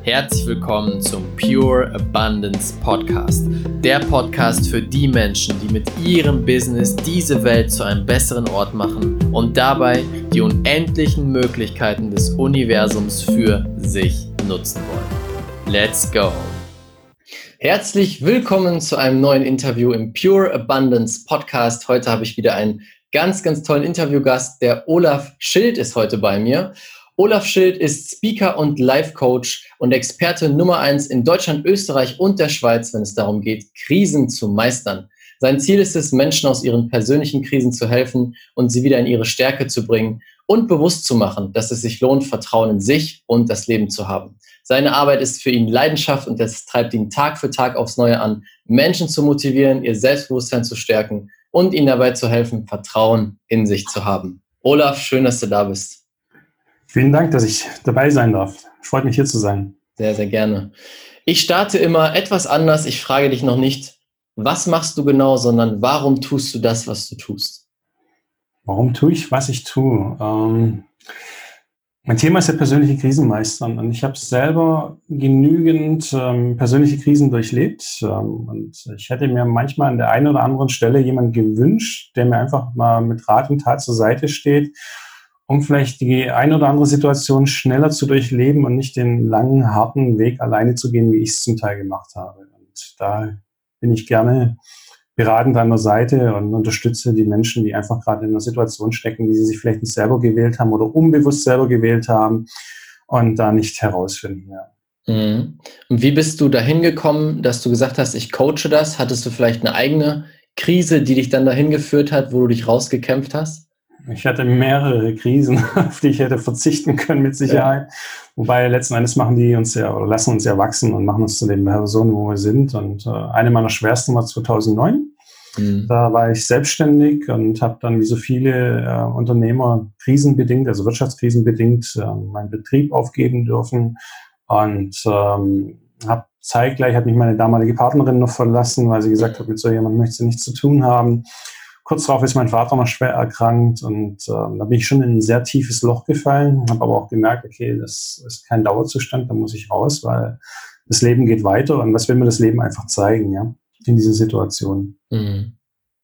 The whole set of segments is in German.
Herzlich willkommen zum Pure Abundance Podcast. Der Podcast für die Menschen, die mit ihrem Business diese Welt zu einem besseren Ort machen und dabei die unendlichen Möglichkeiten des Universums für sich nutzen wollen. Let's go! Herzlich willkommen zu einem neuen Interview im Pure Abundance Podcast. Heute habe ich wieder einen ganz tollen Interviewgast. Der Olaf Schild ist heute bei mir. Olaf Schild ist Speaker und Life-Coach und Experte Nummer 1 in Deutschland, Österreich und der Schweiz, wenn es darum geht, Krisen zu meistern. Sein Ziel ist es, Menschen aus ihren persönlichen Krisen zu helfen und sie wieder in ihre Stärke zu bringen und bewusst zu machen, dass es sich lohnt, Vertrauen in sich und das Leben zu haben. Seine Arbeit ist für ihn Leidenschaft und es treibt ihn Tag für Tag aufs Neue an, Menschen zu motivieren, ihr Selbstbewusstsein zu stärken und ihnen dabei zu helfen, Vertrauen in sich zu haben. Olaf, schön, dass du da bist. Vielen Dank, dass ich dabei sein darf. Freut mich, hier zu sein. Sehr gerne. Ich starte immer etwas anders. Ich frage dich noch nicht, was machst du genau, sondern warum tust du das, was du tust? Warum tue ich, was ich tue? Mein Thema ist ja persönliche Krisen meistern. Und ich habe selber genügend persönliche Krisen durchlebt. Und ich hätte mir manchmal an der einen oder anderen Stelle jemanden gewünscht, der mir einfach mal mit Rat und Tat zur Seite steht, um vielleicht die eine oder andere Situation schneller zu durchleben und nicht den langen, harten Weg alleine zu gehen, wie ich es zum Teil gemacht habe. Und da bin ich gerne beratend an der Seite und unterstütze die Menschen, die einfach gerade in einer Situation stecken, die sie sich vielleicht nicht selber gewählt haben oder unbewusst selber gewählt haben und da nicht herausfinden. Ja. Mhm. Und wie bist du dahin gekommen, dass du gesagt hast, ich coache das? Hattest du vielleicht eine eigene Krise, die dich dann dahin geführt hat, wo du dich rausgekämpft hast? Ich hatte mehrere Krisen, auf die ich hätte verzichten können, mit Sicherheit. Ja. Wobei letzten Endes machen die uns ja oder lassen uns ja wachsen und machen uns zu den Personen, wo wir sind. Und eine meiner schwersten war 2009. Mhm. Da war ich selbstständig und habe dann wie so viele Unternehmer krisenbedingt, also wirtschaftskrisenbedingt, meinen Betrieb aufgeben dürfen. Und habe zeitgleich, hat mich meine damalige Partnerin noch verlassen, weil sie gesagt hat, mit so jemandem möchte sie nichts zu tun haben. Kurz darauf ist mein Vater noch schwer erkrankt und da bin ich schon in ein sehr tiefes Loch gefallen, habe aber auch gemerkt, okay, das ist kein Dauerzustand, da muss ich raus, weil das Leben geht weiter und was will mir das Leben einfach zeigen, ja, in dieser Situation. Mhm.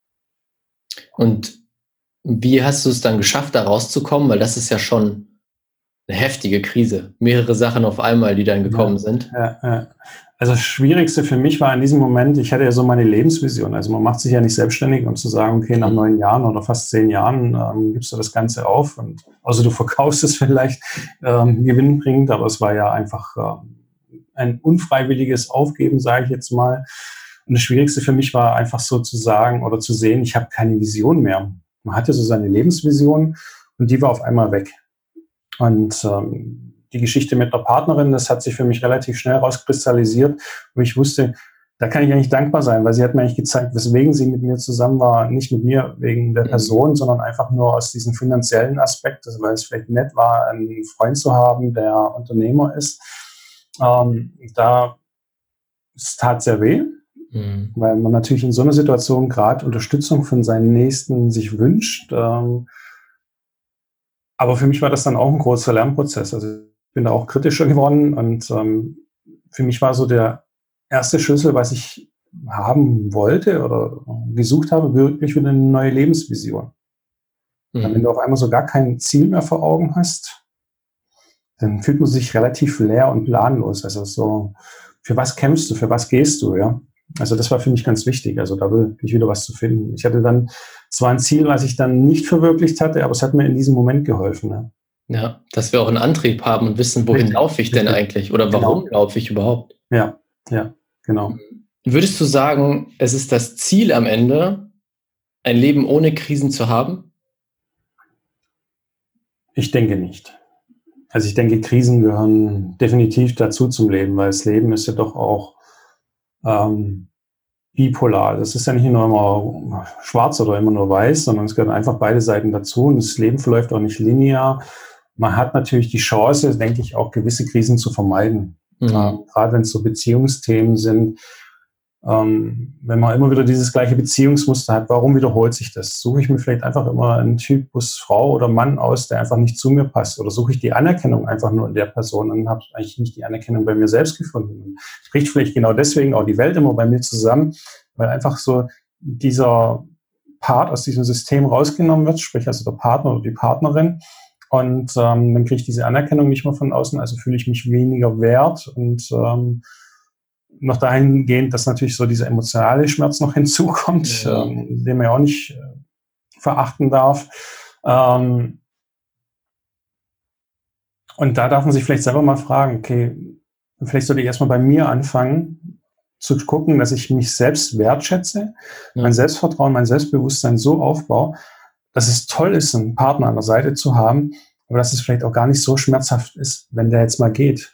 Und wie hast du es dann geschafft, da rauszukommen? Weil das ist ja schon eine heftige Krise. Mehrere Sachen auf einmal, die dann gekommen sind. Ja. Also das Schwierigste für mich war in diesem Moment, ich hatte ja so meine Lebensvision. Also man macht sich ja nicht selbstständig, um zu sagen, okay, nach 9 Jahren oder fast 10 Jahren gibst du das Ganze auf. Und also du verkaufst es vielleicht gewinnbringend, aber es war ja einfach ein unfreiwilliges Aufgeben, sage ich jetzt mal. Und das Schwierigste für mich war einfach so zu sagen oder zu sehen, ich habe keine Vision mehr. Man hatte so seine Lebensvision und die war auf einmal weg. Und die Geschichte mit der Partnerin, das hat sich für mich relativ schnell rauskristallisiert. Und ich wusste, da kann ich eigentlich dankbar sein, weil sie hat mir eigentlich gezeigt, weswegen sie mit mir zusammen war. Nicht mit mir wegen der Person, sondern einfach nur aus diesem finanziellen Aspekt, also weil es vielleicht nett war, einen Freund zu haben, der Unternehmer ist. Da es tat sehr weh, weil man natürlich in so einer Situation gerade Unterstützung von seinen Nächsten sich wünscht. Aber für mich war das dann auch ein großer Lernprozess. Also ich bin da auch kritischer geworden und für mich war so der erste Schlüssel, was ich haben wollte oder gesucht habe, wirklich wieder eine neue Lebensvision. Wenn du auf einmal so gar kein Ziel mehr vor Augen hast, dann fühlt man sich relativ leer und planlos. Also so, für was kämpfst du, für was gehst du, ja? Also das war für mich ganz wichtig, also da wirklich wieder was zu finden. Ich hatte dann zwar ein Ziel, was ich dann nicht verwirklicht hatte, aber es hat mir in diesem Moment geholfen. Ja, ja, dass wir auch einen Antrieb haben und wissen, wohin laufe ich denn eigentlich oder warum laufe ich überhaupt? Ja, genau. Würdest du sagen, es ist das Ziel am Ende, ein Leben ohne Krisen zu haben? Ich denke nicht. Also ich denke, Krisen gehören definitiv dazu zum Leben, weil das Leben ist ja doch auch bipolar. Das ist ja nicht nur immer schwarz oder immer nur weiß, sondern es gehören einfach beide Seiten dazu und das Leben verläuft auch nicht linear. Man hat natürlich die Chance, denke ich, auch gewisse Krisen zu vermeiden. Gerade wenn es so Beziehungsthemen sind. wenn man immer wieder dieses gleiche Beziehungsmuster hat, warum wiederholt sich das? Suche ich mir vielleicht einfach immer einen Typus Frau oder Mann aus, der einfach nicht zu mir passt? Oder suche ich die Anerkennung einfach nur in der Person und habe eigentlich nicht die Anerkennung bei mir selbst gefunden? Und spricht vielleicht genau deswegen auch die Welt immer bei mir zusammen, weil einfach so dieser Part aus diesem System rausgenommen wird, sprich also der Partner oder die Partnerin. Und dann kriege ich diese Anerkennung nicht mehr von außen, also fühle ich mich weniger wert und noch dahingehend, dass natürlich so dieser emotionale Schmerz noch hinzukommt, den man ja auch nicht verachten darf. Und da darf man sich vielleicht selber mal fragen, okay, vielleicht sollte ich erstmal bei mir anfangen, zu gucken, dass ich mich selbst wertschätze, mein Selbstvertrauen, mein Selbstbewusstsein so aufbaue, dass es toll ist, einen Partner an der Seite zu haben, aber dass es vielleicht auch gar nicht so schmerzhaft ist, wenn der jetzt mal geht.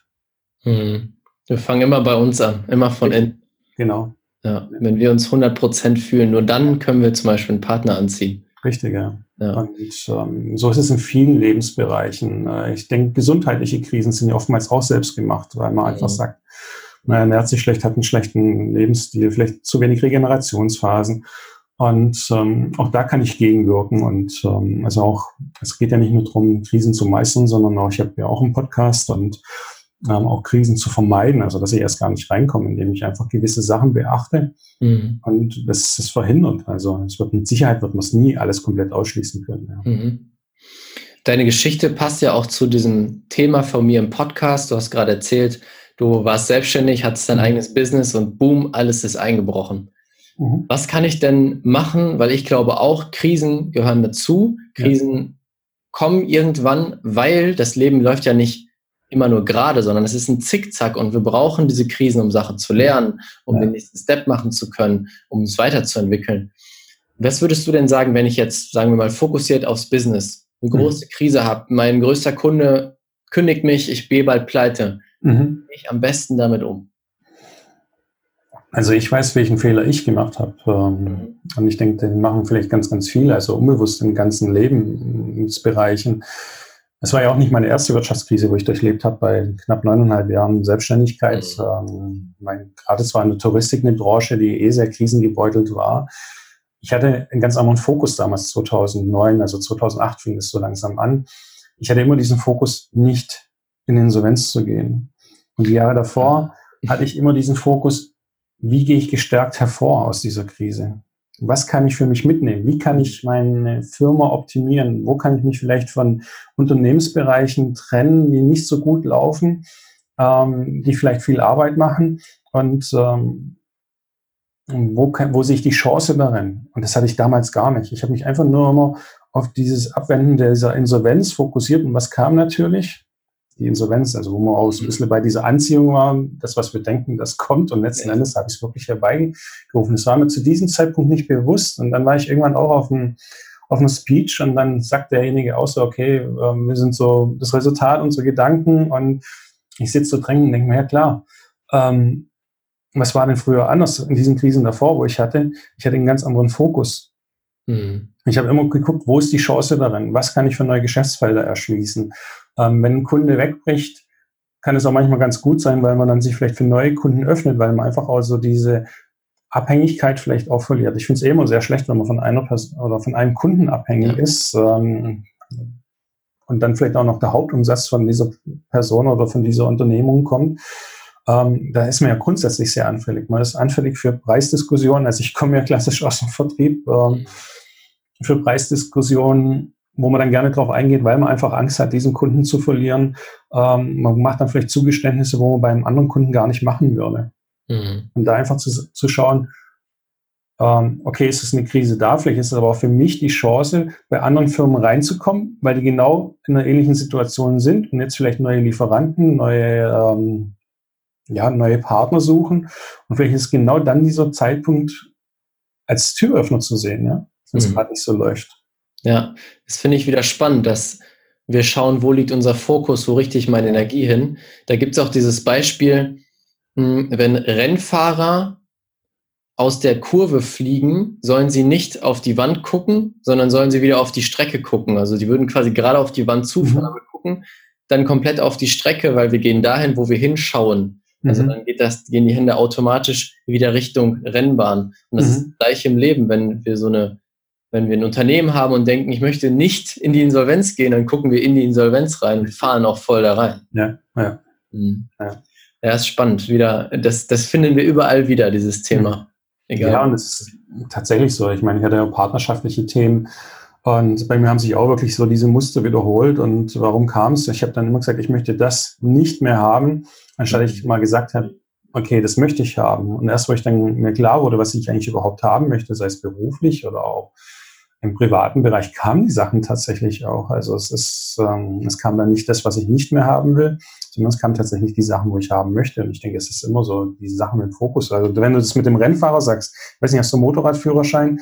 Wir fangen immer bei uns an, immer von innen. Genau. Ja, wenn wir uns 100% fühlen, nur dann können wir zum Beispiel einen Partner anziehen. Richtig, ja. Und so ist es in vielen Lebensbereichen. Ich denke, gesundheitliche Krisen sind ja oftmals auch selbst gemacht, weil man einfach sagt, man ernährt sich schlecht, hat einen schlechten Lebensstil, vielleicht zu wenig Regenerationsphasen. Und auch da kann ich gegenwirken. Und also auch, es geht ja nicht nur darum, Krisen zu meistern, sondern auch, ich habe ja auch einen Podcast und auch Krisen zu vermeiden, also dass ich erst gar nicht reinkomme, indem ich einfach gewisse Sachen beachte und das verhindert. Also es wird mit Sicherheit wird man es nie alles komplett ausschließen können. Ja. Deine Geschichte passt ja auch zu diesem Thema von mir im Podcast. Du hast gerade erzählt, du warst selbstständig, hattest dein eigenes Business und boom, alles ist eingebrochen. Was kann ich denn machen? Weil ich glaube auch, Krisen gehören dazu. Krisen kommen irgendwann, weil das Leben läuft ja nicht immer nur gerade, sondern es ist ein Zickzack und wir brauchen diese Krisen, um Sachen zu lernen, um den nächsten Step machen zu können, um es weiterzuentwickeln. Was würdest du denn sagen, wenn ich jetzt, sagen wir mal, fokussiert aufs Business eine große Krise habe, mein größter Kunde kündigt mich, ich gehe bald pleite. Wie gehe ich am besten damit um? Also ich weiß, welchen Fehler ich gemacht habe. Und ich denke, den machen vielleicht ganz, ganz viele, also unbewusst im ganzen Lebensbereichen. Es war ja auch nicht meine erste Wirtschaftskrise, wo ich durchlebt habe, bei knapp 9,5 Jahren Selbstständigkeit. Gerade zwar in der Touristik eine Branche, die sehr krisengebeutelt war. Ich hatte einen ganz anderen Fokus damals, 2009, also 2008 fing es so langsam an. Ich hatte immer diesen Fokus, nicht in Insolvenz zu gehen. Und die Jahre davor hatte ich immer diesen Fokus, wie gehe ich gestärkt hervor aus dieser Krise? Was kann ich für mich mitnehmen? Wie kann ich meine Firma optimieren? Wo kann ich mich vielleicht von Unternehmensbereichen trennen, die nicht so gut laufen, die vielleicht viel Arbeit machen? Und wo sehe ich die Chance darin? Und das hatte ich damals gar nicht. Ich habe mich einfach nur immer auf dieses Abwenden dieser Insolvenz fokussiert. Und was kam natürlich? Die Insolvenz, also wo wir auch so ein bisschen bei dieser Anziehung waren, das, was wir denken, das kommt. Und letzten Endes habe ich es wirklich herbeigerufen. Es war mir zu diesem Zeitpunkt nicht bewusst. Und dann war ich irgendwann auch auf einem Speech und dann sagt derjenige auch so, okay, wir sind so das Resultat unserer Gedanken. Und ich sitze so drin und denke mir, ja klar, was war denn früher anders in diesen Krisen davor, wo ich hatte einen ganz anderen Fokus. Ich habe immer geguckt, wo ist die Chance darin? Was kann ich für neue Geschäftsfelder erschließen? Wenn ein Kunde wegbricht, kann es auch manchmal ganz gut sein, weil man dann sich vielleicht für neue Kunden öffnet, weil man einfach auch so diese Abhängigkeit vielleicht auch verliert. Ich finde es immer sehr schlecht, wenn man von einer Person oder von einem Kunden abhängig ist und dann vielleicht auch noch der Hauptumsatz von dieser Person oder von dieser Unternehmung kommt. Da ist man ja grundsätzlich sehr anfällig. Man ist anfällig für Preisdiskussionen. Also ich komme ja klassisch aus dem Vertrieb, für Preisdiskussionen, wo man dann gerne drauf eingeht, weil man einfach Angst hat, diesen Kunden zu verlieren. Man macht dann vielleicht Zugeständnisse, wo man bei einem anderen Kunden gar nicht machen würde. Und da einfach zu schauen, okay, ist es eine Krise da? Vielleicht ist es aber auch für mich die Chance, bei anderen Firmen reinzukommen, weil die genau in einer ähnlichen Situation sind und jetzt vielleicht neue Lieferanten, neue Partner suchen. Und vielleicht ist genau dann dieser Zeitpunkt als Türöffner zu sehen, ja, wenn es gerade nicht so läuft. Ja, das finde ich wieder spannend, dass wir schauen, wo liegt unser Fokus, wo richte ich meine Energie hin. Da gibt es auch dieses Beispiel, wenn Rennfahrer aus der Kurve fliegen, sollen sie nicht auf die Wand gucken, sondern sollen sie wieder auf die Strecke gucken. Also die würden quasi gerade auf die Wand zufahren, aber gucken dann komplett auf die Strecke, weil wir gehen dahin, wo wir hinschauen. Also dann gehen die Hände automatisch wieder Richtung Rennbahn. Und das ist das Gleiche im Leben, wenn wir ein Unternehmen haben und denken, ich möchte nicht in die Insolvenz gehen, dann gucken wir in die Insolvenz rein und fahren auch voll da rein. Ja. Ja, ist spannend. Das finden wir überall wieder, dieses Thema. Egal. Ja, und es ist tatsächlich so. Ich meine, ich hatte ja partnerschaftliche Themen und bei mir haben sich auch wirklich so diese Muster wiederholt. Und warum kam es? Ich habe dann immer gesagt, ich möchte das nicht mehr haben, anstatt ich mal gesagt habe, okay, das möchte ich haben. Und erst, wo ich dann mir klar wurde, was ich eigentlich überhaupt haben möchte, sei es beruflich oder auch im privaten Bereich, kamen die Sachen tatsächlich auch. Also es kam dann nicht das, was ich nicht mehr haben will, sondern es kamen tatsächlich die Sachen, wo ich haben möchte. Und ich denke, es ist immer so, die Sachen im Fokus. Also wenn du das mit dem Rennfahrer sagst, ich weiß nicht, hast du einen Motorradführerschein?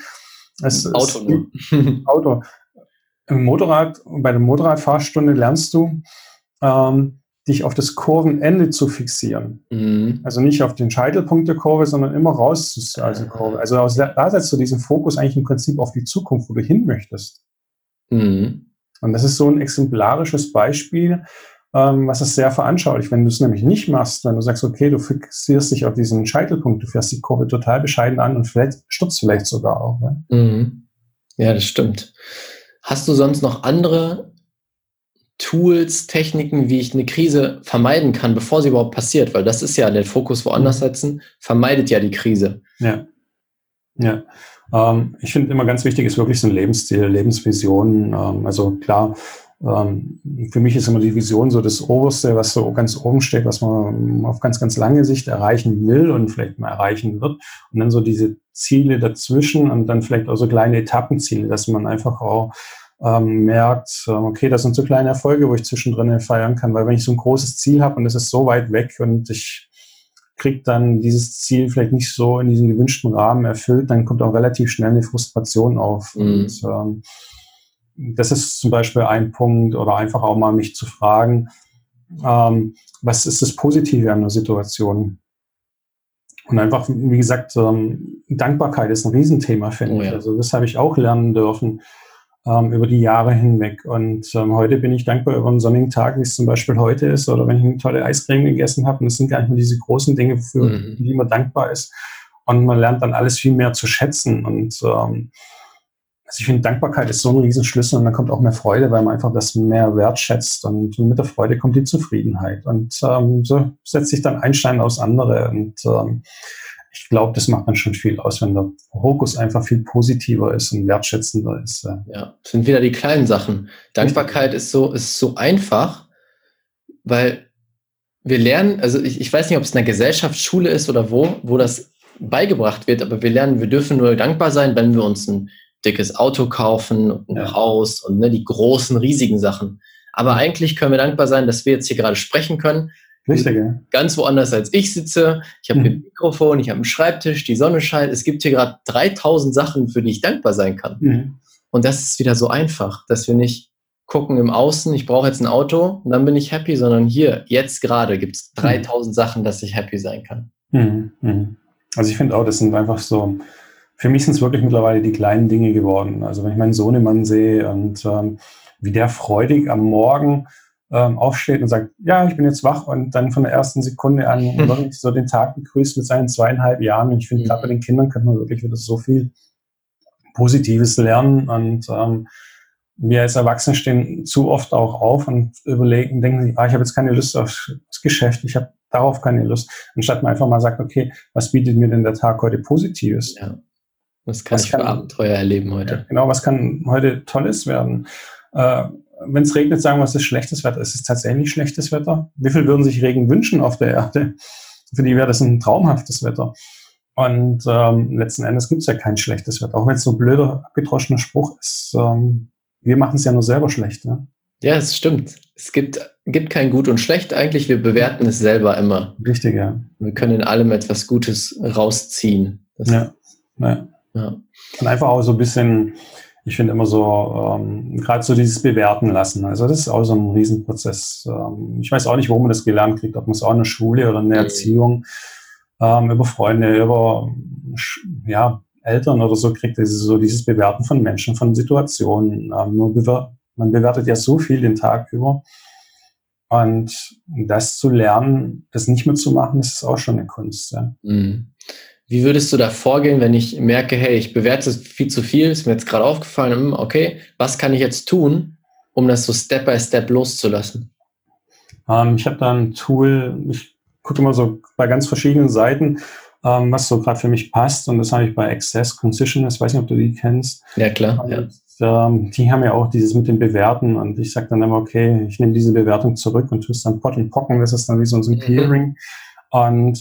Auto. Bei der Motorradfahrstunde lernst du, dich auf das Kurvenende zu fixieren. Also nicht auf den Scheitelpunkt der Kurve, sondern immer raus zur Kurve. Also da setzt du diesen Fokus eigentlich im Prinzip auf die Zukunft, wo du hin möchtest. Und das ist so ein exemplarisches Beispiel, was es sehr veranschaulicht. Wenn du es nämlich nicht machst, wenn du sagst, okay, du fixierst dich auf diesen Scheitelpunkt, du fährst die Kurve total bescheiden an und stürzt vielleicht sogar auch. Ne? Ja, das stimmt. Hast du sonst noch andere Tools, Techniken, wie ich eine Krise vermeiden kann, bevor sie überhaupt passiert? Weil das ist ja den Fokus woanders setzen, vermeidet ja die Krise. Ja. Ich finde immer ganz wichtig ist wirklich so ein Lebensstil, Lebensvision. Also klar, für mich ist immer die Vision so das Oberste, was so ganz oben steht, was man auf ganz, ganz lange Sicht erreichen will und vielleicht mal erreichen wird. Und dann so diese Ziele dazwischen und dann vielleicht auch so kleine Etappenziele, dass man einfach auch merkt, okay, das sind so kleine Erfolge, wo ich zwischendrin feiern kann, weil wenn ich so ein großes Ziel habe und es ist so weit weg und ich kriege dann dieses Ziel vielleicht nicht so in diesem gewünschten Rahmen erfüllt, dann kommt auch relativ schnell eine Frustration auf. Und das ist zum Beispiel ein Punkt oder einfach auch mal mich zu fragen, was ist das Positive an der Situation? Und einfach, wie gesagt, Dankbarkeit ist ein Riesenthema, finde ich. Also das habe ich auch lernen dürfen über die Jahre hinweg. Und heute bin ich dankbar über einen sonnigen Tag, wie es zum Beispiel heute ist, oder wenn ich eine tolle Eiscreme gegessen habe. Und das sind gar nicht mehr diese großen Dinge, für die man dankbar ist. Und man lernt dann alles viel mehr zu schätzen. Und also ich finde, Dankbarkeit ist so ein Riesenschlüssel und dann kommt auch mehr Freude, weil man einfach das mehr wertschätzt. Und mit der Freude kommt die Zufriedenheit. Und so setzt sich dann ein Stein aus andere. Und ich glaube, das macht dann schon viel aus, wenn der Fokus einfach viel positiver ist und wertschätzender ist. Ja, das sind wieder die kleinen Sachen. Dankbarkeit ist so einfach, weil wir lernen, also ich weiß nicht, ob es in der Gesellschaftsschule ist oder wo das beigebracht wird, aber wir lernen, wir dürfen nur dankbar sein, wenn wir uns ein dickes Auto kaufen und ein Haus und die großen, riesigen Sachen. Aber eigentlich können wir dankbar sein, dass wir jetzt hier gerade sprechen können. Richtig, ja. Ganz woanders als ich sitze. Ich habe ein Mikrofon, ich habe einen Schreibtisch, die Sonne scheint. Es gibt hier gerade 3000 Sachen, für die ich dankbar sein kann. Und das ist wieder so einfach, dass wir nicht gucken im Außen, ich brauche jetzt ein Auto und dann bin ich happy, sondern hier, jetzt gerade gibt es 3000 Sachen, dass ich happy sein kann. Also ich finde auch, das sind einfach so, für mich sind es wirklich mittlerweile die kleinen Dinge geworden. Also wenn ich meinen Sohnemann sehe und wie der freudig am Morgen aufsteht und sagt, ja, ich bin jetzt wach und dann von der ersten Sekunde an wirklich so den Tag begrüßt mit seinen 2,5 Jahren. Und ich finde, gerade bei den Kindern kann man wirklich wieder so viel Positives lernen. Und wir als Erwachsene stehen zu oft auch auf und überlegen, denken sich, ich habe jetzt keine Lust auf das Geschäft, ich habe darauf keine Lust. Anstatt man einfach mal sagt, okay, was bietet mir denn der Tag heute Positives? Ja. Was kann ich für Abenteuer erleben heute? Ja, genau, was kann heute Tolles werden? Wenn es regnet, sagen wir, es ist schlechtes Wetter. Es ist tatsächlich schlechtes Wetter. Wie viel würden sich Regen wünschen auf der Erde? Für die wäre das ein traumhaftes Wetter. Und letzten Endes gibt es ja kein schlechtes Wetter. Auch wenn es so ein blöder, abgedroschener Spruch ist. Wir machen es ja nur selber schlecht. Ne? Ja, es stimmt. Es gibt kein Gut und Schlecht eigentlich. Wir bewerten es selber immer. Richtig, ja. Wir können in allem etwas Gutes rausziehen. Ja. Und einfach auch so ein bisschen, ich finde immer so, gerade so dieses Bewerten lassen. Also das ist auch so ein Riesenprozess. Ich weiß auch nicht, wo man das gelernt kriegt, ob man es auch in der Schule oder in der Erziehung, über Freunde, über Eltern oder so kriegt, so dieses Bewerten von Menschen, von Situationen. Man bewertet ja so viel den Tag über. Und das zu lernen, das nicht mehr zu machen, das ist auch schon eine Kunst. Ja. Wie würdest du da vorgehen, wenn ich merke, hey, ich bewerte es viel zu viel, ist mir jetzt gerade aufgefallen, okay, was kann ich jetzt tun, um das so Step by Step loszulassen? Ich habe da ein Tool, ich gucke immer so bei ganz verschiedenen Seiten, was so gerade für mich passt. Und das habe ich bei Access Concision, ich weiß nicht, ob du die kennst. Ja, klar. Und, die haben ja auch dieses mit dem Bewerten. Und ich sage dann immer, okay, ich nehme diese Bewertung zurück und tue es dann Pot und Pocken. Das ist dann wie so ein Clearing. Und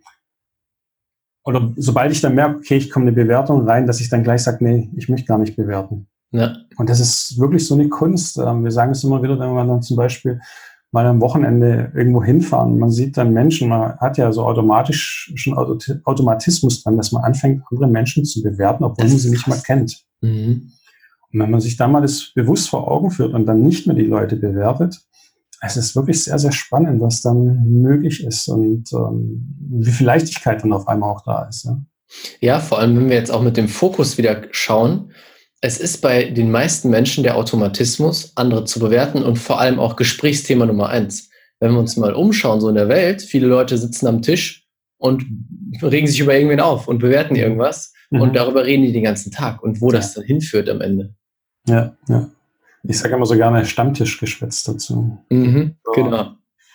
oder sobald ich dann merke, okay, ich komme eine Bewertung rein, dass ich dann gleich sage, nee, ich möchte gar nicht bewerten. Ja. Und das ist wirklich so eine Kunst. Wir sagen es immer wieder, wenn wir dann zum Beispiel mal am Wochenende irgendwo hinfahren. Man sieht dann Menschen, man hat ja so automatisch schon Automatismus dran, dass man anfängt, andere Menschen zu bewerten, obwohl man sie nicht mal kennt. Und wenn man sich da mal das bewusst vor Augen führt und dann nicht mehr die Leute bewertet, es ist wirklich sehr, sehr spannend, was dann möglich ist und wie viel Leichtigkeit dann auf einmal auch da ist. Ja, vor allem, wenn wir jetzt auch mit dem Fokus wieder schauen, es ist bei den meisten Menschen der Automatismus, andere zu bewerten und vor allem auch Gesprächsthema Nummer 1. Wenn wir uns mal umschauen, so in der Welt, viele Leute sitzen am Tisch und regen sich über irgendwen auf und bewerten irgendwas und darüber reden die den ganzen Tag und wo das dann hinführt am Ende. Ja, ja. Ich sage immer so gerne Stammtischgeschwätz dazu. Genau.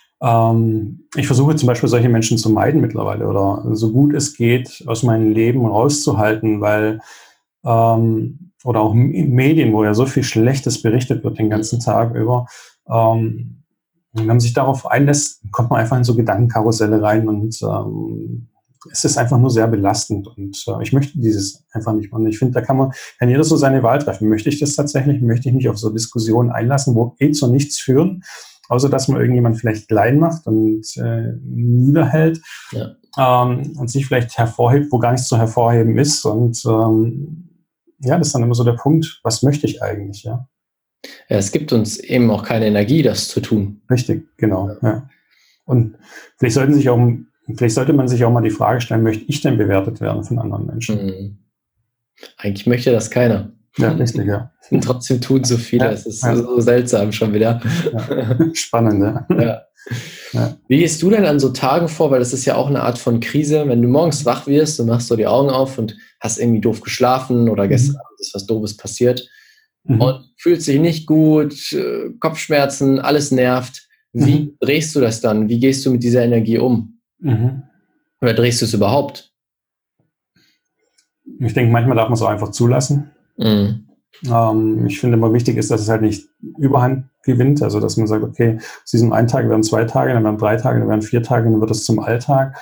Ich versuche zum Beispiel solche Menschen zu meiden mittlerweile oder so gut es geht aus meinem Leben rauszuhalten, weil oder auch in Medien, wo ja so viel Schlechtes berichtet wird den ganzen Tag über, wenn man sich darauf einlässt, kommt man einfach in so Gedankenkarusselle rein und es ist einfach nur sehr belastend und ich möchte dieses einfach nicht machen. Ich finde, da kann jeder so seine Wahl treffen. Möchte ich das tatsächlich? Möchte ich mich auf so Diskussionen einlassen, wo zu nichts führen, außer dass man irgendjemand vielleicht klein macht und niederhält und sich vielleicht hervorhebt, wo gar nichts zu hervorheben ist und das ist dann immer so der Punkt, was möchte ich eigentlich, ja? Ja, es gibt uns eben auch keine Energie, das zu tun. Richtig, genau. Ja. Und vielleicht sollte man sich auch mal die Frage stellen, möchte ich denn bewertet werden von anderen Menschen? Eigentlich möchte das keiner. Ja, richtig, ja. Und trotzdem tun so viele. Es ist so seltsam schon wieder. Ja. Spannend, ja. Ja. Wie gehst du denn an so Tagen vor? Weil das ist ja auch eine Art von Krise. Wenn du morgens wach wirst und machst so die Augen auf und hast irgendwie doof geschlafen oder gestern Abend ist was Doofes passiert und fühlst dich nicht gut, Kopfschmerzen, alles nervt. Wie drehst du das dann? Wie gehst du mit dieser Energie um? Oder drehst du es überhaupt? Ich denke, manchmal darf man es auch einfach zulassen. Ich finde immer wichtig ist, dass es halt nicht Überhand gewinnt. Also, dass man sagt, okay, aus diesem einen Tag werden 2 Tage, dann werden 3 Tage, dann werden 4 Tage, dann wird es zum Alltag.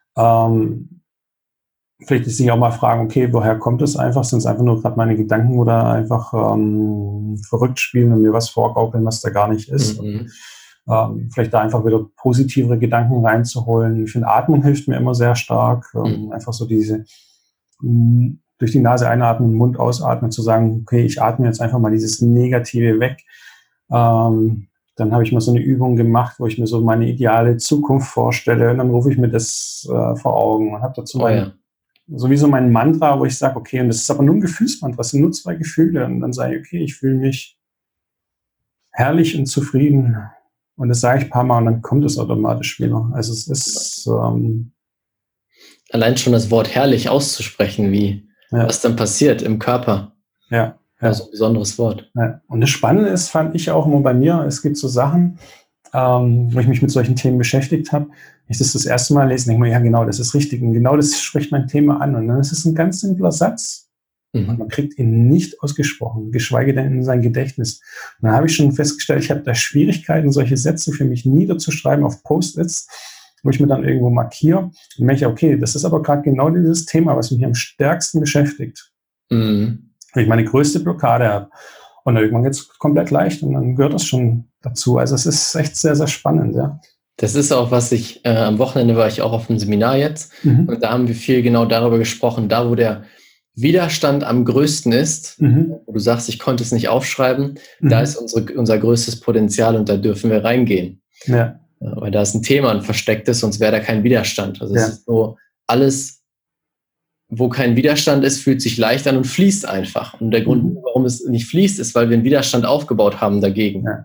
Vielleicht sich auch mal fragen, okay, woher kommt es einfach? Sind es einfach nur gerade meine Gedanken oder einfach verrückt spielen und mir was vorgaukeln, was da gar nicht ist? Vielleicht da einfach wieder positivere Gedanken reinzuholen. Ich finde, Atmung hilft mir immer sehr stark. Einfach so diese durch die Nase einatmen, Mund ausatmen, zu sagen, okay, ich atme jetzt einfach mal dieses Negative weg. Dann habe ich mal so eine Übung gemacht, wo ich mir so meine ideale Zukunft vorstelle und dann rufe ich mir das vor Augen und habe dazu sowieso mein Mantra, wo ich sage, okay, und das ist aber nur ein Gefühlsmantra, das sind nur 2 Gefühle und dann sage ich, okay, ich fühle mich herrlich und zufrieden und das sage ich ein paar Mal und dann kommt es automatisch wieder. Also es ist allein schon das Wort herrlich auszusprechen, was dann passiert im Körper. Ja. Also ein besonderes Wort. Ja. Und das Spannende ist, fand ich auch immer bei mir, es gibt so Sachen, wo ich mich mit solchen Themen beschäftigt habe. Ich das erste Mal lese, denke ich mir, ja genau, das ist richtig. Und genau das spricht mein Thema an. Und dann ist es ein ganz simpler Satz. Und man kriegt ihn nicht ausgesprochen, geschweige denn in sein Gedächtnis. Und dann habe ich schon festgestellt, ich habe da Schwierigkeiten, solche Sätze für mich niederzuschreiben auf Post-its, wo ich mir dann irgendwo markiere und merke, okay, das ist aber gerade genau dieses Thema, was mich am stärksten beschäftigt. Wenn ich meine größte Blockade habe. Und irgendwann geht es komplett leicht und dann gehört das schon dazu. Also es ist echt sehr, sehr spannend, ja. Das ist auch, was ich, am Wochenende war ich auch auf einem Seminar jetzt und da haben wir viel genau darüber gesprochen, da wo der Widerstand am größten ist, wo du sagst, ich konnte es nicht aufschreiben, da ist unser größtes Potenzial und da dürfen wir reingehen. Ja. Weil da ist ein Thema, ein verstecktes, sonst wäre da kein Widerstand. Also es ist so, alles, wo kein Widerstand ist, fühlt sich leicht an und fließt einfach. Und der Grund, warum es nicht fließt, ist, weil wir einen Widerstand aufgebaut haben dagegen. Ja.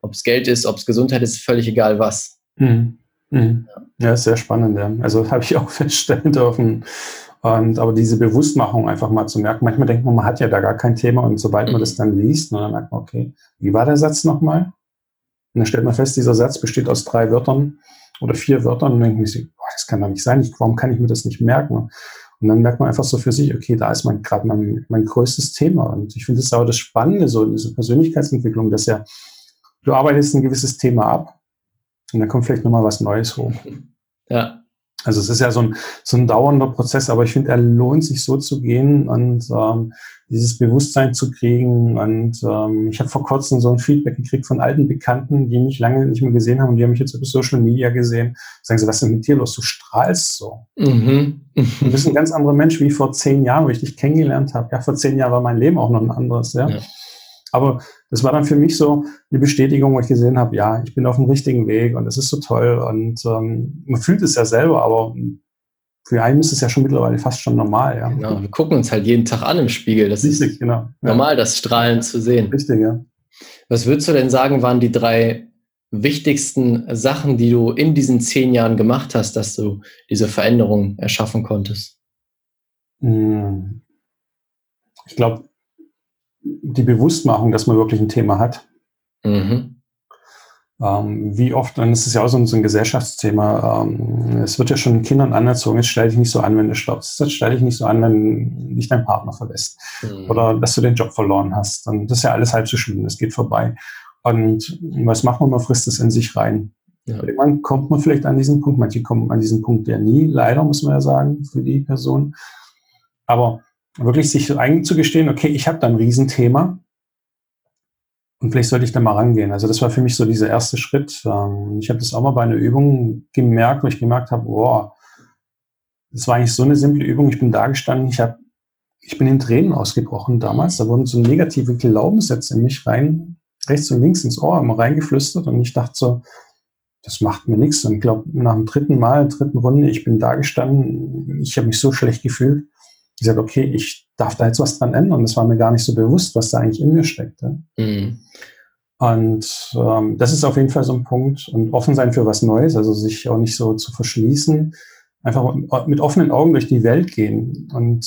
Ob es Geld ist, ob es Gesundheit ist, völlig egal was. Mhm. Mhm. Ja, ist sehr spannend. Ja. Also habe ich auch feststellen dürfen. Aber diese Bewusstmachung einfach mal zu merken, manchmal denkt man hat ja da gar kein Thema und sobald man das dann liest, dann merkt man, okay, wie war der Satz nochmal? Und dann stellt man fest, dieser Satz besteht aus 3 Wörtern oder 4 Wörtern und dann denkt man sich, das kann doch nicht sein, warum kann ich mir das nicht merken? Und dann merkt man einfach so für sich, okay, da ist gerade mein größtes Thema. Und ich finde es auch das Spannende, so in dieser Persönlichkeitsentwicklung, dass ja, du arbeitest ein gewisses Thema ab und dann kommt vielleicht nochmal was Neues hoch. Ja. Also es ist ja so ein dauernder Prozess, aber ich finde, er lohnt sich so zu gehen und dieses Bewusstsein zu kriegen. Und ich habe vor kurzem so ein Feedback gekriegt von alten Bekannten, die mich lange nicht mehr gesehen haben und die haben mich jetzt über Social Media gesehen. Sagen sie, was ist denn mit dir los? Du strahlst so. Du bist ein ganz anderer Mensch wie vor 10 Jahren, wo ich dich kennengelernt habe. Ja, vor 10 Jahren war mein Leben auch noch ein anderes. Ja. Aber das war dann für mich so eine Bestätigung, wo ich gesehen habe, ja, ich bin auf dem richtigen Weg und das ist so toll. Und man fühlt es ja selber, aber für einen ist es ja schon mittlerweile fast schon normal. Ja. Genau, wir gucken uns halt jeden Tag an im Spiegel. Das richtig, ist genau. normal, das Strahlen zu sehen. Richtig, ja. Was würdest du denn sagen, waren die 3 wichtigsten Sachen, die du in diesen 10 Jahren gemacht hast, dass du diese Veränderung erschaffen konntest? Ich glaube, die Bewusstmachung, dass man wirklich ein Thema hat. Wie oft, und es ist ja auch so ein Gesellschaftsthema, es wird ja schon Kindern anerzogen, jetzt stell dich nicht so an, wenn du stirbst, jetzt stell dich nicht so an, wenn dich dein Partner verlässt oder dass du den Job verloren hast. Und das ist ja alles halb so schlimm, das geht vorbei. Und was macht man? Man frisst es in sich rein. Ja. Irgendwann kommt man vielleicht an diesen Punkt, manche kommen an diesen Punkt ja nie, leider muss man ja sagen, für die Person. Aber wirklich sich einzugestehen, okay, ich habe da ein Riesenthema und vielleicht sollte ich da mal rangehen. Also das war für mich so dieser erste Schritt. Ich habe das auch mal bei einer Übung gemerkt, wo ich gemerkt habe, boah, das war eigentlich so eine simple Übung. Ich bin da gestanden, ich bin in Tränen ausgebrochen damals. Da wurden so negative Glaubenssätze in mich rechts und links ins Ohr immer reingeflüstert und ich dachte so, das macht mir nichts. Und ich glaube, nach dem dritten Runde, ich bin da gestanden, ich habe mich so schlecht gefühlt. Ich sagte, okay, ich darf da jetzt was dran ändern. Das war mir gar nicht so bewusst, was da eigentlich in mir steckt. Und das ist auf jeden Fall so ein Punkt. Und offen sein für was Neues, also sich auch nicht so zu verschließen. Einfach mit offenen Augen durch die Welt gehen. Und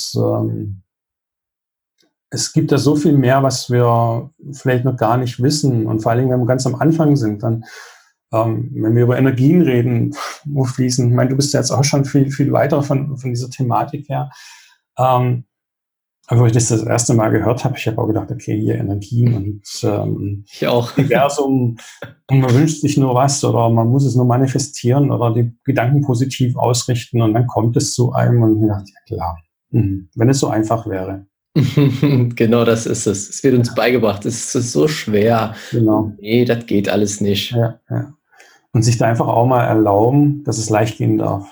es gibt da so viel mehr, was wir vielleicht noch gar nicht wissen. Und vor allen Dingen, wenn wir ganz am Anfang sind, dann wenn wir über Energien reden, wo fließen, ich meine, du bist ja jetzt auch schon viel, viel weiter von dieser Thematik her. Aber wo ich das erste Mal gehört habe, ich habe auch gedacht, okay, hier Energien und ich auch. Universum und man wünscht sich nur was oder man muss es nur manifestieren oder die Gedanken positiv ausrichten und dann kommt es zu einem und ich dachte, ja klar, wenn es so einfach wäre. Genau, das ist es. Es wird uns beigebracht, es ist so schwer. Genau. Nee, das geht alles nicht. Ja. Und sich da einfach auch mal erlauben, dass es leicht gehen darf.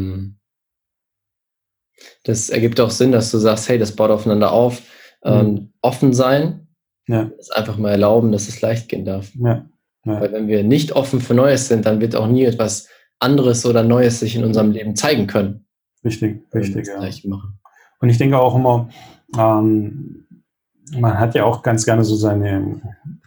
Das ergibt auch Sinn, dass du sagst, hey, das baut aufeinander auf. Offen sein, das einfach mal erlauben, dass es leicht gehen darf. Ja. Weil wenn wir nicht offen für Neues sind, dann wird auch nie etwas anderes oder Neues sich in unserem Leben zeigen können. Richtig, ja. Machen. Und ich denke auch immer, man hat ja auch ganz gerne so seine,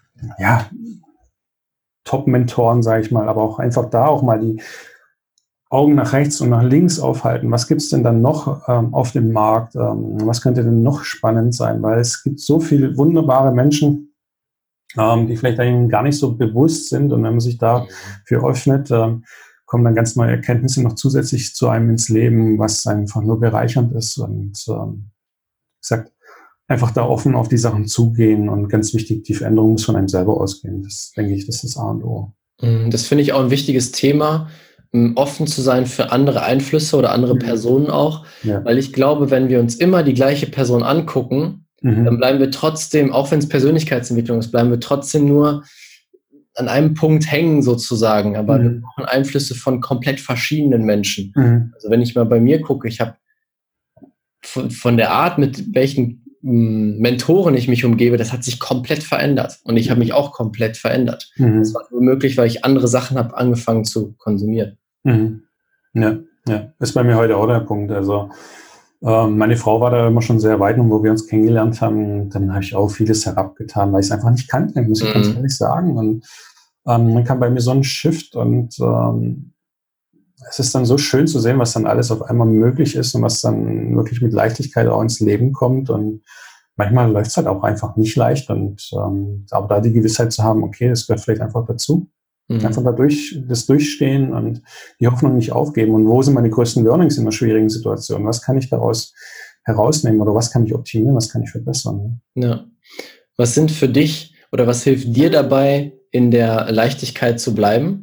Top-Mentoren, sage ich mal, aber auch einfach da auch mal die Augen nach rechts und nach links aufhalten. Was gibt es denn dann noch auf dem Markt? Was könnte denn noch spannend sein? Weil es gibt so viele wunderbare Menschen, die vielleicht eigentlich gar nicht so bewusst sind. Und wenn man sich dafür öffnet, kommen dann ganz neue Erkenntnisse noch zusätzlich zu einem ins Leben, was einfach nur bereichernd ist. Und gesagt, einfach da offen auf die Sachen zugehen. Und ganz wichtig, die Veränderung muss von einem selber ausgehen. Das denke ich, das ist A und O. Das finde ich auch ein wichtiges Thema, offen zu sein für andere Einflüsse oder andere Personen auch. Ja. Weil ich glaube, wenn wir uns immer die gleiche Person angucken, dann bleiben wir trotzdem, auch wenn es Persönlichkeitsentwicklung ist, bleiben wir trotzdem nur an einem Punkt hängen sozusagen. Aber wir brauchen Einflüsse von komplett verschiedenen Menschen. Also wenn ich mal bei mir gucke, ich habe von der Art, mit welchen Mentoren ich mich umgebe, das hat sich komplett verändert. Und ich habe mich auch komplett verändert. Das war nur möglich, weil ich andere Sachen habe angefangen zu konsumieren. Ja, ist bei mir heute auch der Punkt. Also meine Frau war da immer schon sehr weit und wo wir uns kennengelernt haben, dann habe ich auch vieles herabgetan, weil ich es einfach nicht kannte, muss ich ganz ehrlich sagen. Und dann kam bei mir so ein Shift und es ist dann so schön zu sehen, was dann alles auf einmal möglich ist und was dann wirklich mit Leichtigkeit auch ins Leben kommt. Und manchmal läuft es halt auch einfach nicht leicht. Und aber da die Gewissheit zu haben, okay, das gehört vielleicht einfach dazu. Einfach das durchstehen und die Hoffnung nicht aufgeben. Und wo sind meine größten Learnings in einer schwierigen Situation? Was kann ich daraus herausnehmen oder was kann ich optimieren, was kann ich verbessern? Ja. Was sind für dich oder was hilft dir dabei, in der Leichtigkeit zu bleiben?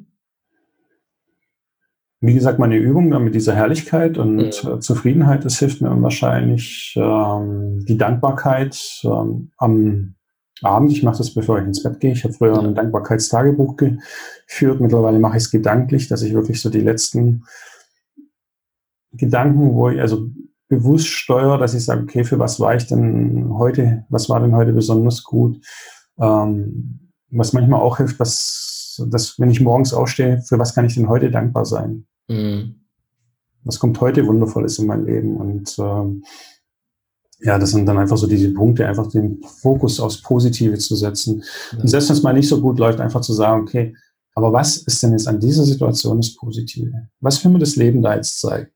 Wie gesagt, meine Übung dann mit dieser Herrlichkeit und Zufriedenheit, das hilft mir unwahrscheinlich. Die Dankbarkeit am Abend, ich mache das, bevor ich ins Bett gehe. Ich habe früher ein Dankbarkeitstagebuch geführt. Mittlerweile mache ich es gedanklich, dass ich wirklich so die letzten Gedanken, wo ich also bewusst steuere, dass ich sage, okay, für was war ich denn heute, was war denn heute besonders gut? Was manchmal auch hilft, dass wenn ich morgens aufstehe, für was kann ich denn heute dankbar sein? Was kommt heute Wundervolles in mein Leben? Und das sind dann einfach so diese Punkte, einfach den Fokus aufs Positive zu setzen. Ja. Und selbst wenn es mal nicht so gut läuft, einfach zu sagen, okay, aber was ist denn jetzt an dieser Situation das Positive? Was will mir das Leben da jetzt zeigen?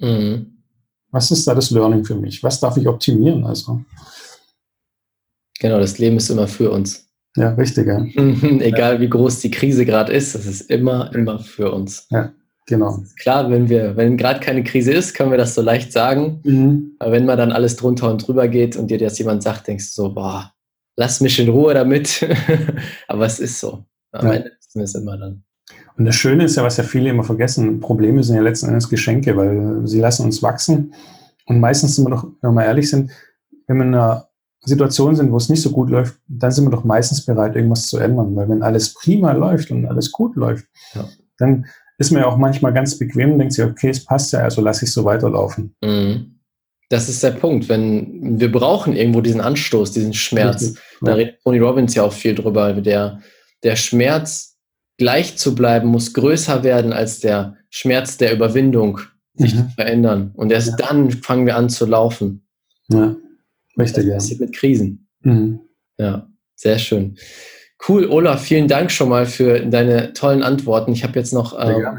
Was ist da das Learning für mich? Was darf ich optimieren? Also genau, das Leben ist immer für uns. Ja, richtig. Ja. Egal wie groß die Krise gerade ist, das ist immer für uns. Ja, genau. Klar, wenn gerade keine Krise ist, können wir das so leicht sagen. Aber wenn mal dann alles drunter und drüber geht und dir das jemand sagt, denkst du so, boah, lass mich in Ruhe damit. Aber es ist so. Am Ende ist es immer dann. Und das Schöne ist ja, was ja viele immer vergessen, Probleme sind ja letzten Endes Geschenke, weil sie lassen uns wachsen. Und meistens sind wir doch, wenn wir mal ehrlich sind, wenn wir in einer Situation sind, wo es nicht so gut läuft, dann sind wir doch meistens bereit, irgendwas zu ändern. Weil wenn alles prima läuft und alles gut läuft, dann ist man ja auch manchmal ganz bequem und denkt sich, okay, es passt ja, also lasse ich so weiterlaufen. Das ist der Punkt. Wenn wir brauchen irgendwo diesen Anstoß, diesen Schmerz. Richtig, da redet Tony Robbins ja auch viel drüber. Der Schmerz, gleich zu bleiben, muss größer werden als der Schmerz der Überwindung, sich zu verändern. Und erst dann fangen wir an zu laufen. Ja. Richtig, das passiert mit Krisen. Ja, sehr schön. Cool, Olaf, vielen Dank schon mal für deine tollen Antworten. Ich habe jetzt noch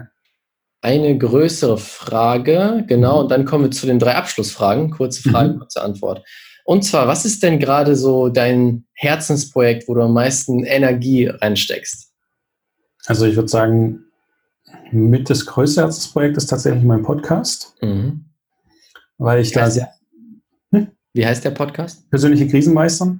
eine größere Frage, genau, und dann kommen wir zu den 3 Abschlussfragen. Kurze Frage, kurze Antwort. Und zwar, was ist denn gerade so dein Herzensprojekt, wo du am meisten Energie reinsteckst? Also ich würde sagen, mit das größte Herzensprojekt ist tatsächlich mein Podcast, weil ich Wie heißt der Podcast? Persönliche Krisenmeistern.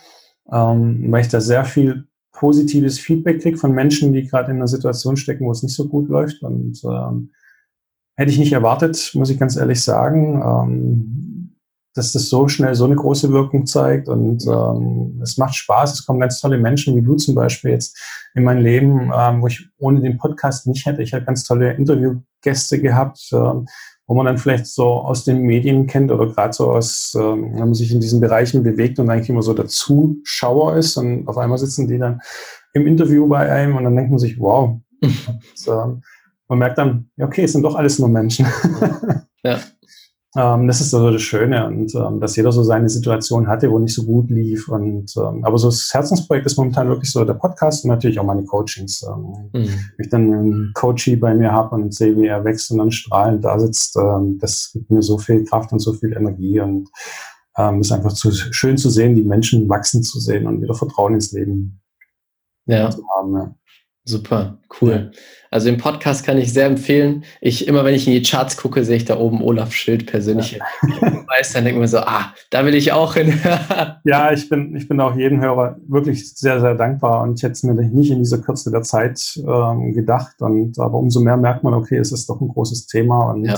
Weil ich da sehr viel positives Feedback kriege von Menschen, die gerade in einer Situation stecken, wo es nicht so gut läuft. Und hätte ich nicht erwartet, muss ich ganz ehrlich sagen, dass das so schnell so eine große Wirkung zeigt. Und es macht Spaß. Es kommen ganz tolle Menschen, wie du zum Beispiel jetzt in mein Leben, wo ich ohne den Podcast nicht hätte. Ich habe ganz tolle Interviewgäste gehabt, wo man dann vielleicht so aus den Medien kennt oder gerade so aus, wenn man sich in diesen Bereichen bewegt und eigentlich immer so der Zuschauer ist und auf einmal sitzen die dann im Interview bei einem und dann denkt man sich, wow. Und, man merkt dann, okay, es sind doch alles nur Menschen. Ja. Das ist also das Schöne und dass jeder so seine Situation hatte, wo nicht so gut lief. Und aber so das Herzensprojekt ist momentan wirklich so der Podcast und natürlich auch meine Coachings. Wenn ich dann einen Coachie bei mir habe und sehe, wie er wächst und dann strahlend da sitzt, das gibt mir so viel Kraft und so viel Energie und ist einfach schön zu sehen, die Menschen wachsen zu sehen und wieder Vertrauen ins Leben zu haben. Ja. Super, cool. Ja. Also den Podcast kann ich sehr empfehlen. Immer wenn ich in die Charts gucke, sehe ich da oben Olaf Schild, persönliche Meister, dann denke ich mir so, da will ich auch hin. Ja, ich bin auch jedem Hörer wirklich sehr, sehr dankbar und ich hätte es mir nicht in dieser Kürze der Zeit gedacht. Aber umso mehr merkt man, okay, es ist doch ein großes Thema und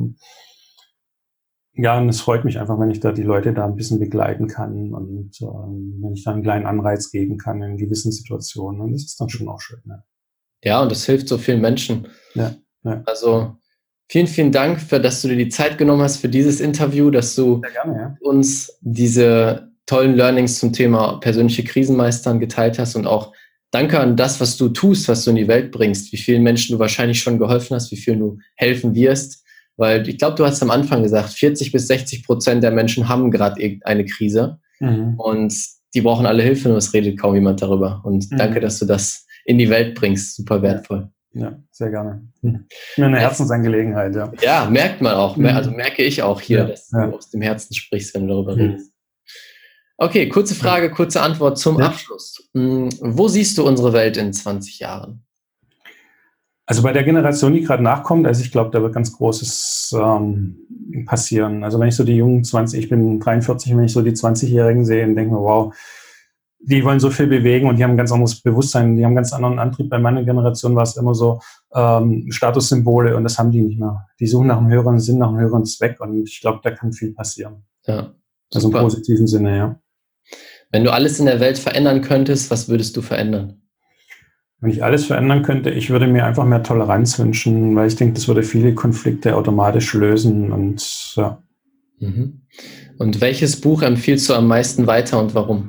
und es freut mich einfach, wenn ich da die Leute da ein bisschen begleiten kann und wenn ich da einen kleinen Anreiz geben kann in gewissen Situationen. Und das ist dann schon auch schön. Ne? Ja, und das hilft so vielen Menschen. Ja. Also vielen, vielen Dank, dass du dir die Zeit genommen hast für dieses Interview, dass du uns diese tollen Learnings zum Thema persönliche Krisenmeistern geteilt hast und auch danke an das, was du tust, was du in die Welt bringst, wie vielen Menschen du wahrscheinlich schon geholfen hast, wie vielen du helfen wirst. Weil ich glaube, du hast am Anfang gesagt, 40-60% der Menschen haben gerade irgendeine Krise und die brauchen alle Hilfe, nur es redet kaum jemand darüber. Und danke, dass du das in die Welt bringst. Super wertvoll. Ja, sehr gerne. Mir eine Herzensangelegenheit, ja. Ja, merkt man auch. Also merke ich auch hier, dass du aus dem Herzen sprichst, wenn du darüber redest. Okay, kurze Frage, kurze Antwort zum Abschluss. Wo siehst du unsere Welt in 20 Jahren? Also bei der Generation, die gerade nachkommt, also ich glaube, da wird ganz Großes passieren. Also wenn ich so die jungen 20, ich bin 43, wenn ich so die 20-Jährigen sehe und denke mir, wow, die wollen so viel bewegen und die haben ein ganz anderes Bewusstsein, die haben einen ganz anderen Antrieb. Bei meiner Generation war es immer so Statussymbole und das haben die nicht mehr. Die suchen nach einem höheren Sinn, nach einem höheren Zweck und ich glaube, da kann viel passieren. Ja, also im positiven Sinne, ja. Wenn du alles in der Welt verändern könntest, was würdest du verändern? Wenn ich alles verändern könnte, ich würde mir einfach mehr Toleranz wünschen, weil ich denke, das würde viele Konflikte automatisch lösen und ja. Und welches Buch empfiehlst du am meisten weiter und warum?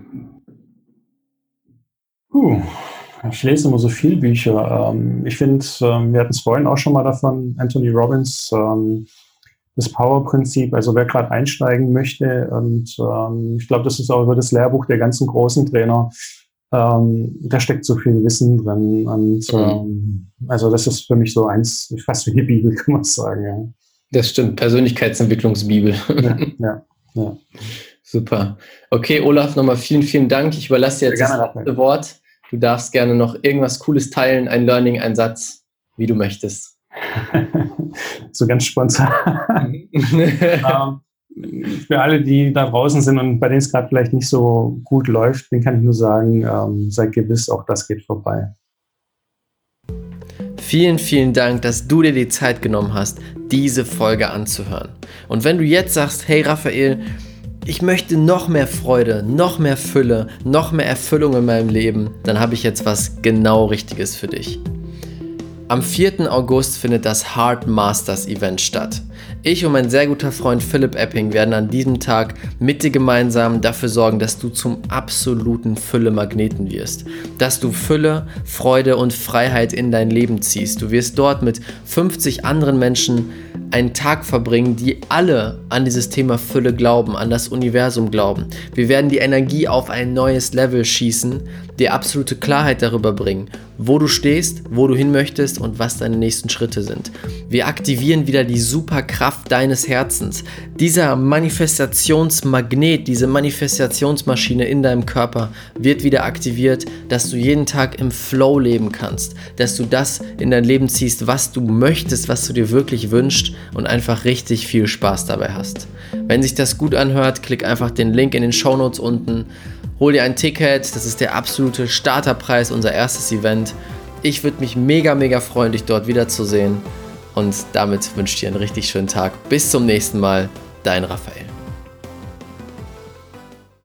Ich lese immer so viele Bücher. Ich finde, wir hatten es vorhin auch schon mal davon, Anthony Robbins, das Power-Prinzip, also wer gerade einsteigen möchte und ich glaube, das ist auch über das Lehrbuch der ganzen großen Trainer, da steckt so viel Wissen drin und also das ist für mich so eins, fast wie die Bibel, kann man sagen. Ja. Das stimmt, Persönlichkeitsentwicklungsbibel. Ja. Super. Okay, Olaf, nochmal vielen, vielen Dank. Ich überlasse dir jetzt das letzte Wort. Du darfst gerne noch irgendwas Cooles teilen, ein Learning, ein Satz, wie du möchtest. So ganz spontan. Für alle, die da draußen sind und bei denen es gerade vielleicht nicht so gut läuft, denen kann ich nur sagen, sei gewiss, auch das geht vorbei. Vielen, vielen Dank, dass du dir die Zeit genommen hast, diese Folge anzuhören. Und wenn du jetzt sagst, hey Raphael, ich möchte noch mehr Freude, noch mehr Fülle, noch mehr Erfüllung in meinem Leben, dann habe ich jetzt was genau Richtiges für dich. Am 4. August findet das Heart Masters Event statt. Ich und mein sehr guter Freund Philipp Epping werden an diesem Tag mit dir gemeinsam dafür sorgen, dass du zum absoluten Fülle-Magneten wirst. Dass du Fülle, Freude und Freiheit in dein Leben ziehst. Du wirst dort mit 50 anderen Menschen einen Tag verbringen, die alle an dieses Thema Fülle glauben, an das Universum glauben. Wir werden die Energie auf ein neues Level schießen, dir absolute Klarheit darüber bringen, wo du stehst, wo du hin möchtest und was deine nächsten Schritte sind. Wir aktivieren wieder die Superkraft deines Herzens. Dieser Manifestationsmagnet, diese Manifestationsmaschine in deinem Körper wird wieder aktiviert, dass du jeden Tag im Flow leben kannst, dass du das in dein Leben ziehst, was du möchtest, was du dir wirklich wünschst und einfach richtig viel Spaß dabei hast. Wenn sich das gut anhört, klick einfach den Link in den Shownotes unten. Hol dir ein Ticket, das ist der absolute Starterpreis, unser erstes Event. Ich würde mich mega, mega freuen, dich dort wiederzusehen. Und damit wünsche ich dir einen richtig schönen Tag. Bis zum nächsten Mal, dein Raphael.